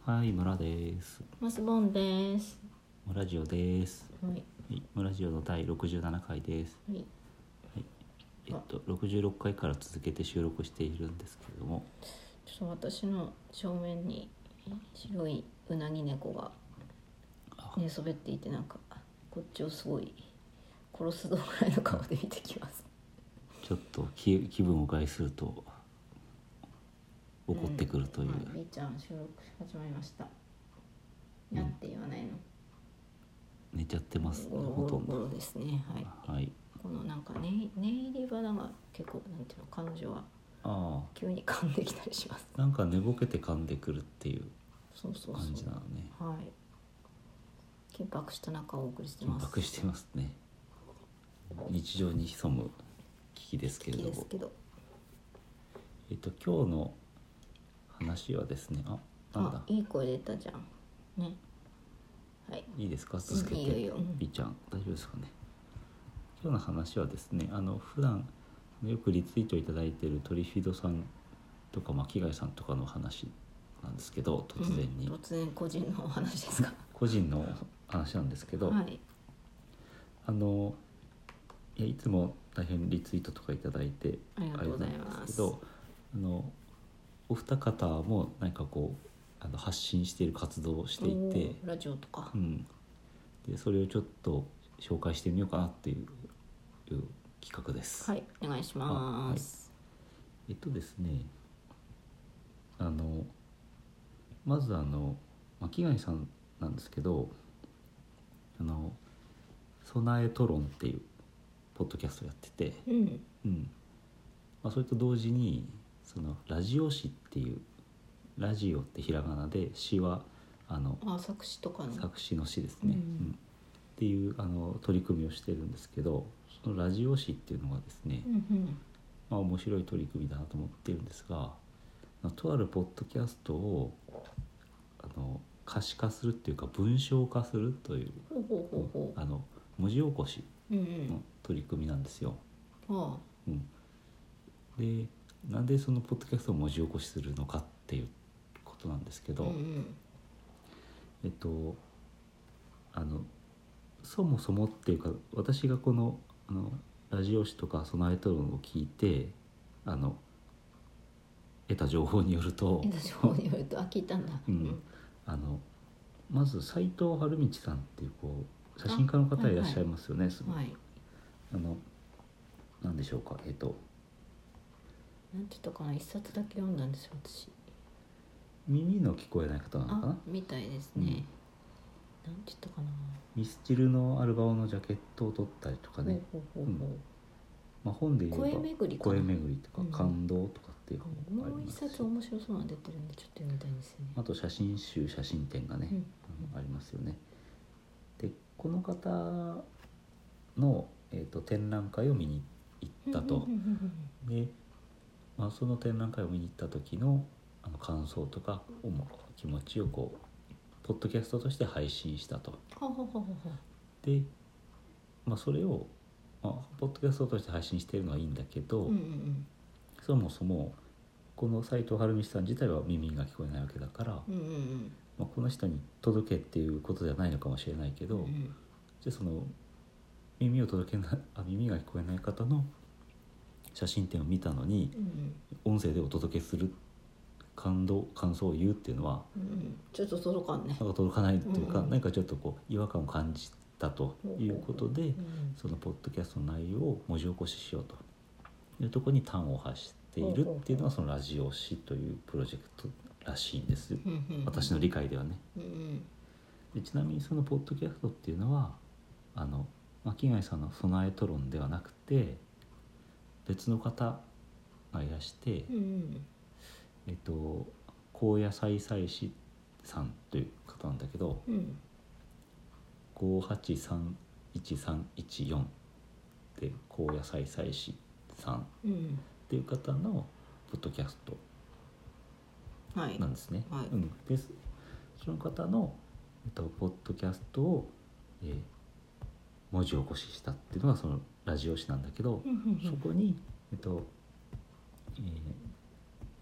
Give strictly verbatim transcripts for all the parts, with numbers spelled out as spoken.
はい、村です。 マスボンです。 村ジオです。 はい。 はい、村ジオの第ろくじゅうななかいです。 はい。 はい、えっとろくじゅうろっかいから続けて収録しているんですけれども、 ちょっと私の正面に白いうなぎ猫が寝そべっていて、なんかこっちをすごい殺すぞぐらいの顔で見てきます。 ちょっと 気, 気分を害すると怒ってくるという、 うんはい、B ちゃん収録始まりました。 うんやって言わないの。 寝ちゃってますね、 ゴロほとんど。 ゴロゴロですね。はい。 はい。 このなんかね寝入り鼻が結構なんていうの、彼女はあ急に噛んできたりします。 あ、なんか寝ぼけて噛んでくるっていうそうそうそう。 感じなのね。 はい。緊迫した中お送りして緊ます。 迫してますね。日常に潜む危機ですけれども、 ですけど。 えっと今日の話はですね、あ、なんだあ、いい声出たじゃん。ね。はい。 いいですか、続けて。 いいよいいよ。 ピーちゃん大丈夫ですかね。今日の話はですね、あの普段よくリツイートいただいているトリフィドさんとか巻貝さんとかの話なんですけど、突然に、 うん、突然個人のお話ですか。 個人の話なんですけど、 はい。 あのいやいつも大変リツイートとかいただいてありがとうございますあれなんですけど、あのお二方も何かこうあの発信している活動をしていて、 ラジオとか。 うん、でそれをちょっと紹介してみようかなっていういう企画です。 はい、お願いします。 はい、えっとですね、あのまずあの巻貝さんなんですけど、あの備えトロンっていうポッドキャストをやってて、 うん。 うんまあ、それと同時にそのラジオ誌っていう、ラジオってひらがなで詩はあのあ、作詞とかの。 作詞の詩ですね、 うんうんっていうあの取り組みをしてるんですけど、そのラジオ誌っていうのがですね、 うんうん。 まあ、面白い取り組みだなと思ってるんですが、とあるポッドキャストをあの可視化するっていうか文章化するという、 ほうほうほうほあの文字起こしう。うんうんの。取り組みなんですよ。 ああ。 うん、でなんでそのポッドキャストを文字起こしするのかっていうことなんですけど、 うんうん。 えっとあのそもそもっていうか、私がこのあのラジオ誌とか備えトロンを聞いてあの得た情報によると、 えだ情報によると、あ、聞いたんだ。 うんあのまず斉藤晴道さんっていうこう写真家の方いらっしゃいますよね。すごいはい。 あのなんでしょうか、えっとなんて言ったかな、一冊だけ読んだんですよ私。 耳の聞こえない方なのかあな。、 みたいですうんね。なんて言ったかな。 ミスチルのアルバムのジャケットを撮ったりとかね、 ほうほうほうほう。 まあ、本で言えば声めぐりかな。 声めぐりとかうん感動とかっていう本もあもう一りますし、 冊面白そうなの出てるんでちょっと読みたいんですよね。 あと写真集写真展がね、 うんあのありますよね。でこの方の、えー、と展覧会を見に行ったと。 うんうんうんうんで、まあ、その展覧会を見に行った時のあの感想とか思う気持ちをこうポッドキャストとして配信したと。 ははははは。 で、まあ、それを、まあ、ポッドキャストとして配信しているのはいいんだけど、 うんうんそもそもこの斉藤晴美さん自体は耳が聞こえないわけだから、 うんうんうんまあ、この人に届けっていうことではないのかもしれないけど、 うんうんじゃあその耳を届けないあ耳が聞こえない方の写真展を見たのにうん音声でお届けする感動感想を言うっていうのはうんうん。ちょっと届かんね。 なんか届かないっていうか、 うんうん何かちょっとこう違和感を感じたということで、 うんそのポッドキャストの内容を文字起こししようというところに端を発しているっていうのがそのラジオ誌というプロジェクトらしいんです、 うんうんうん。 私の理解ではね。 うんうんでちなみにそのポッドキャストっていうのはあの巻貝さんの備えトロンではなくて別の方がいらして、 うんうんえっと高野菜菜師さんという方なんだけど、 うんごはちさんいちさんいちよんで高野菜菜師さんっうんていう方のポッドキャストはいなんですね。 はいうん、でその方の、えっと、ポッドキャストを、えー文字起こししたっていうのがそのラジオ誌なんだけど、 うんうんうんそこに、えっとえー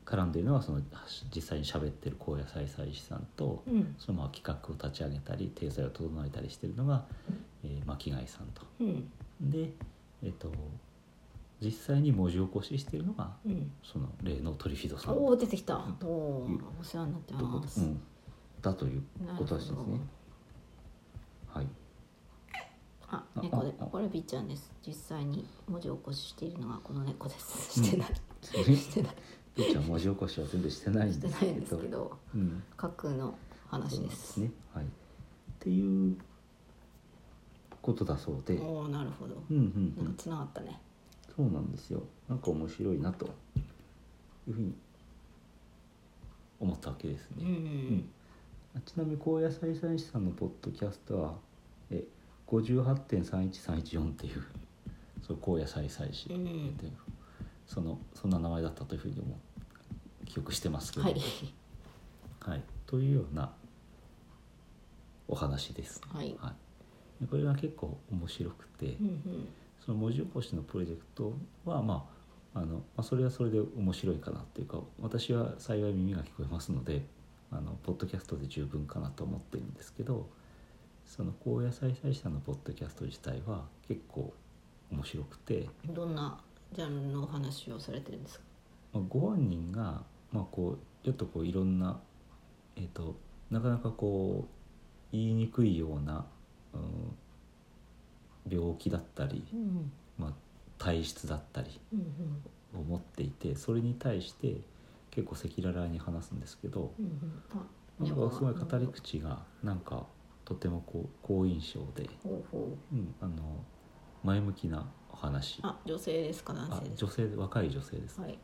絡んでいるのはその実際に喋ってる高野菜菜師さんと、 うんそのまま企画を立ち上げたり体裁を整えたりしているのが、えー、巻貝さんと。 うんで、えっと、実際に文字起こししているのがうんその例のトリフィドさんおお出てきた、 んおおお世話になってというこます、 と、うん、だということらしいですね。はい。 ああ猫でああこれビーちゃんです。実際に文字起こししているのがこの猫ですしてない、 うんしてないピーちゃん文字起こしは全然してないんしてですけど、 ないんですけどうん、 架空のそうなん話でですすね。はい。っていうことだそうで、 おおなるほど、 うんうんうん、 なんかつながったね。 そうなんですよ。なんか面白いなというふうに思ったわけですうん、 ね。うんちなみに高野菜菜師さんのポッドキャストはえ ごじゅうはちてんさんいちさんいちよん っていうその高野菜菜師、 うんっていうそのそんな名前だったというふうにも記憶してますけど、 はいはい、というようなお話です。 はいはい、でこれが結構面白くて、 うんうんその文字起こしのプロジェクトはまああの、まあ、それはそれで面白いかなっていうか、私は幸い耳が聞こえますのであのポッドキャストで十分かなと思ってるんですけど、その高野菜菜師さんのポッドキャスト自体は結構面白くて、 どんなジャンルのお話をされてるんですか。 まあ、ご本人が、まあ、こうちょっとこういろんな、えー、となかなかこう言いにくいような、うん病気だったり、 うんまあ、体質だったりうんうんを持っていて、それに対して結構赤裸々に話すんですけど、 うんうんあなんかすごい語り口がなんかとてもこう好印象で、 ほうほううん、あの前向きなお話。 あ女性ですか男あ性ですか。 女性若い女性です、 はい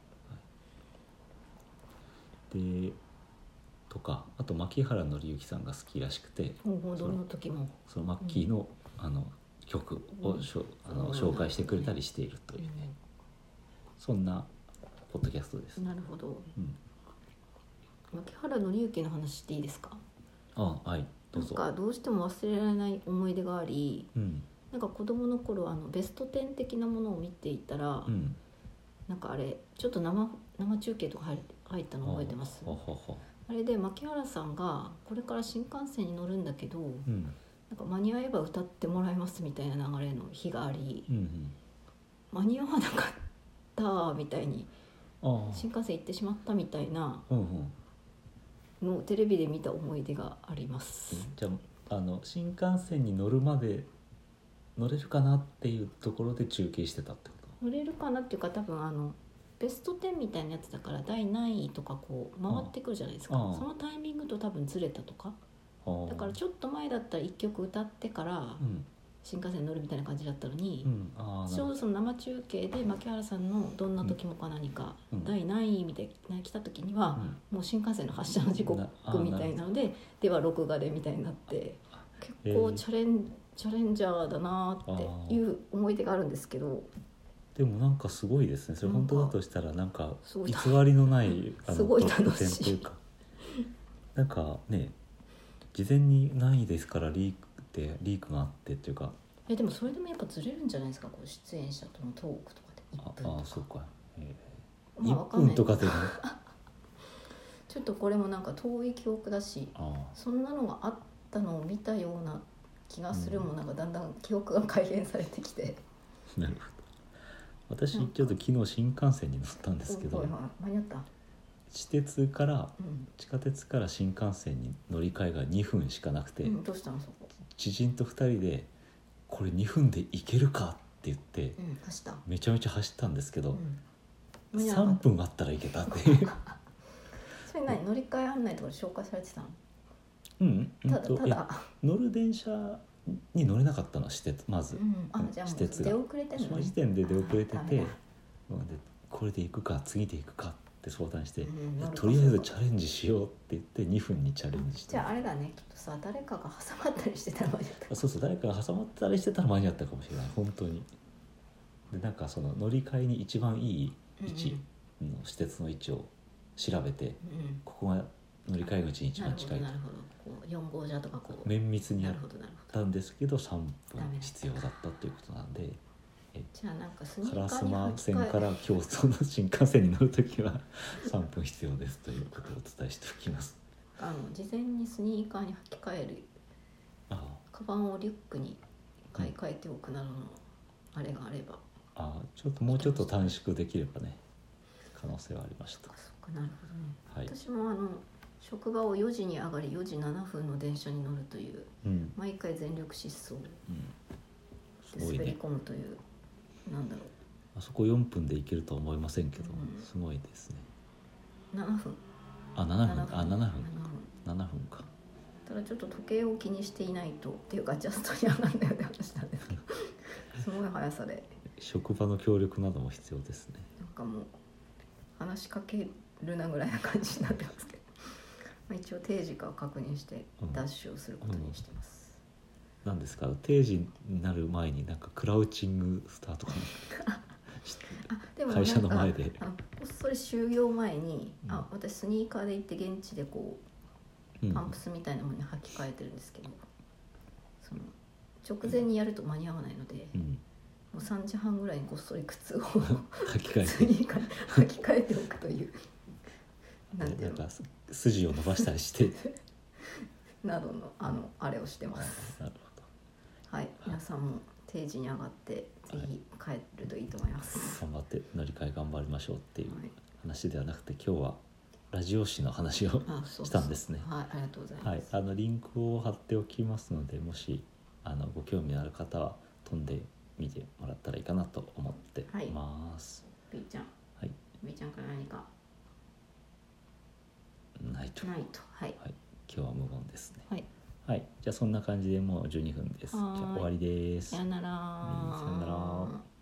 でとか、あと牧原紀之さんが好きらしくて、 ほうほうどの時もそのマッキーの、あの曲をしょ、あの紹介してくれたりしているというね、そんなポッドキャストです。 なるほど。 うん、 牧原紀之の話していいですか。 あはいどなうんぞ。 かどうしても忘れられない思い出があり、 うんなんか子供の頃あのベストテン的なものを見ていたら、 うんなんかあれちょっと生生中継とか入入ったの覚えてます。 はははあれで牧原さんがこれから新幹線に乗るんだけど、 うんなんか間に合えば歌ってもらいますみたいな流れの日があり、 うん間に合わなかったみたいにうんあ新幹線行ってしまったみたいなあうんうんのをテレビで見た思い出があります。 じゃあ、あの新幹線に乗るまで乗れるかなっていうところで中継してたってこ乗れるかなっていうか、多分あのベストテンみたいなやつだからだい何位とかこう回ってくるじゃないですか。 ああそのタイミングと多分ずれたとか、 と。 だからちょっと前だったらいっきょく歌ってからうん新幹線に乗るみたいな感じだったのに、 うんああちょうどその生中継で牧原さんの「どんな時も」か何か、 うんだい何位みたいな来た時には、 うんもう新幹線の発車の時刻なあみたいなのででは録画でみたいになって結えー構チャレン、チャレンジャーだなっていう思い出があるんですけど、 でもなんかすごいですね。それ本当だとしたらなんか偽すごいりのないあのすごいトップ楽しいテンというか、なんかね事前に何位ですからリークってリークがあってっていうか、 えでもそれでもやっぱずれるんじゃないですか、こう出演者とのトークとかでいっあぷんとかあそうか、えー、 まあわかん 1 ない分とかでもちょっとこれもなんか遠い記憶だし、 あそんなのがあったのを見たような気がするも、なんかだんだん記憶が改変されてきて、 あなるほど。私ちょっと昨日新幹線に乗ったんですけど、 はいはい間に合った、 私鉄からうん地下鉄から新幹線に乗り換えがにふんしかなくて、 うん、どうしたのそこ、 知人とふたりでこれにふんで行けるかって言ってうん、走った、 めちゃめちゃ走ったんですけど、 うん、間に合わな 3 かった分あったらいけたっていうそれ何乗り換え案内とかで紹介されてたの、 うんうんただといやただ、 乗る電車に乗れなかったの私鉄まず、 うん、あじゃあもう私鉄が出遅れてんそののね時点で出遅れてて、 あダメだでこれで行くか次で行くかって相談して、 うんなるほどとりあえずチャレンジしようって言ってにふんにチャレンジして、 じゃああれだね、きっとさ誰かが挟まったりしてたら間に合ったあそうそう誰かが挟まったりしてたら間に合ったかもしれない本当に。でなんかその乗り換えに一番いい位置の私鉄の位置を調べて、 うんうん、 ここが乗り換え口に一番近いとなるほどなるほど、こうよん号車とかこう綿密にやっなるほどなるほたんですけどさんぷんダメだ必要だったということなんで、 じゃあなんかスニ烏ーカーに丸履き替え線から京都の新幹線に乗るときはさんぷん必要ですということをお伝えしておきます。 あの事前にスニーカーに履き替えるあカバンをリュックに買い替えておくなどのあれがあれば、 ああちょっともうちょっと短縮できればね可能性はありました。 そっかなるほどね、 はい、 私もあの職場をよじに上がりよじななふんの電車に乗るという、 うん、 毎回全力疾走うんで滑り込むという、なんだろう、 あそこよんぷんで行けるとは思いませんけど、 うんすごいですね。 ななふんあななふんななふんあななふんななふんななふんか。 ただちょっと時計を気にしていないとっていうかジャストに上がんだよって話なんですけどすごい速さで職場の協力なども必要ですね。 なんかもう話しかけるなぐらいな感じになってますけど、まあ、一応定時か確認してダッシュをすることにしてます、 うん、なんですか定時になる前になんかクラウチングスタートかなあでも会社の前であのこっそり就業前に、 うん、 あ私スニーカーで行って現地でこうパンプスみたいなものに履き替えてるんですけど、その直前にやると間に合わないので、 うん、 もうさんじはんぐらいにこっそり靴を履き替えてスニーカーに履き替えておくというなんていうのなんか筋を伸ばしたりしてなどのあのあれをしてます。 なるほはい、皆さんも定時に上がってぜひ帰るといいと思います。 ど頑張って乗り換え頑張りましょうっていうはい話ではなくて、今日はラジオ誌の話をあそうそうしたんですね。 はい、ありがとうございます。 はい、あのリンクを貼っておきますので、もしあのご興味のある方は飛んでみてもらったらいいかなと思ってます。 B ちゃん、 はい、 B ちゃんから何かないと。 ないと、はい、 はい、今日は無言ですね。 はい、 はい、じゃあそんな感じでもうじゅうにふんです。じゃあ終わりです。 さよなら、 はい、さよなら。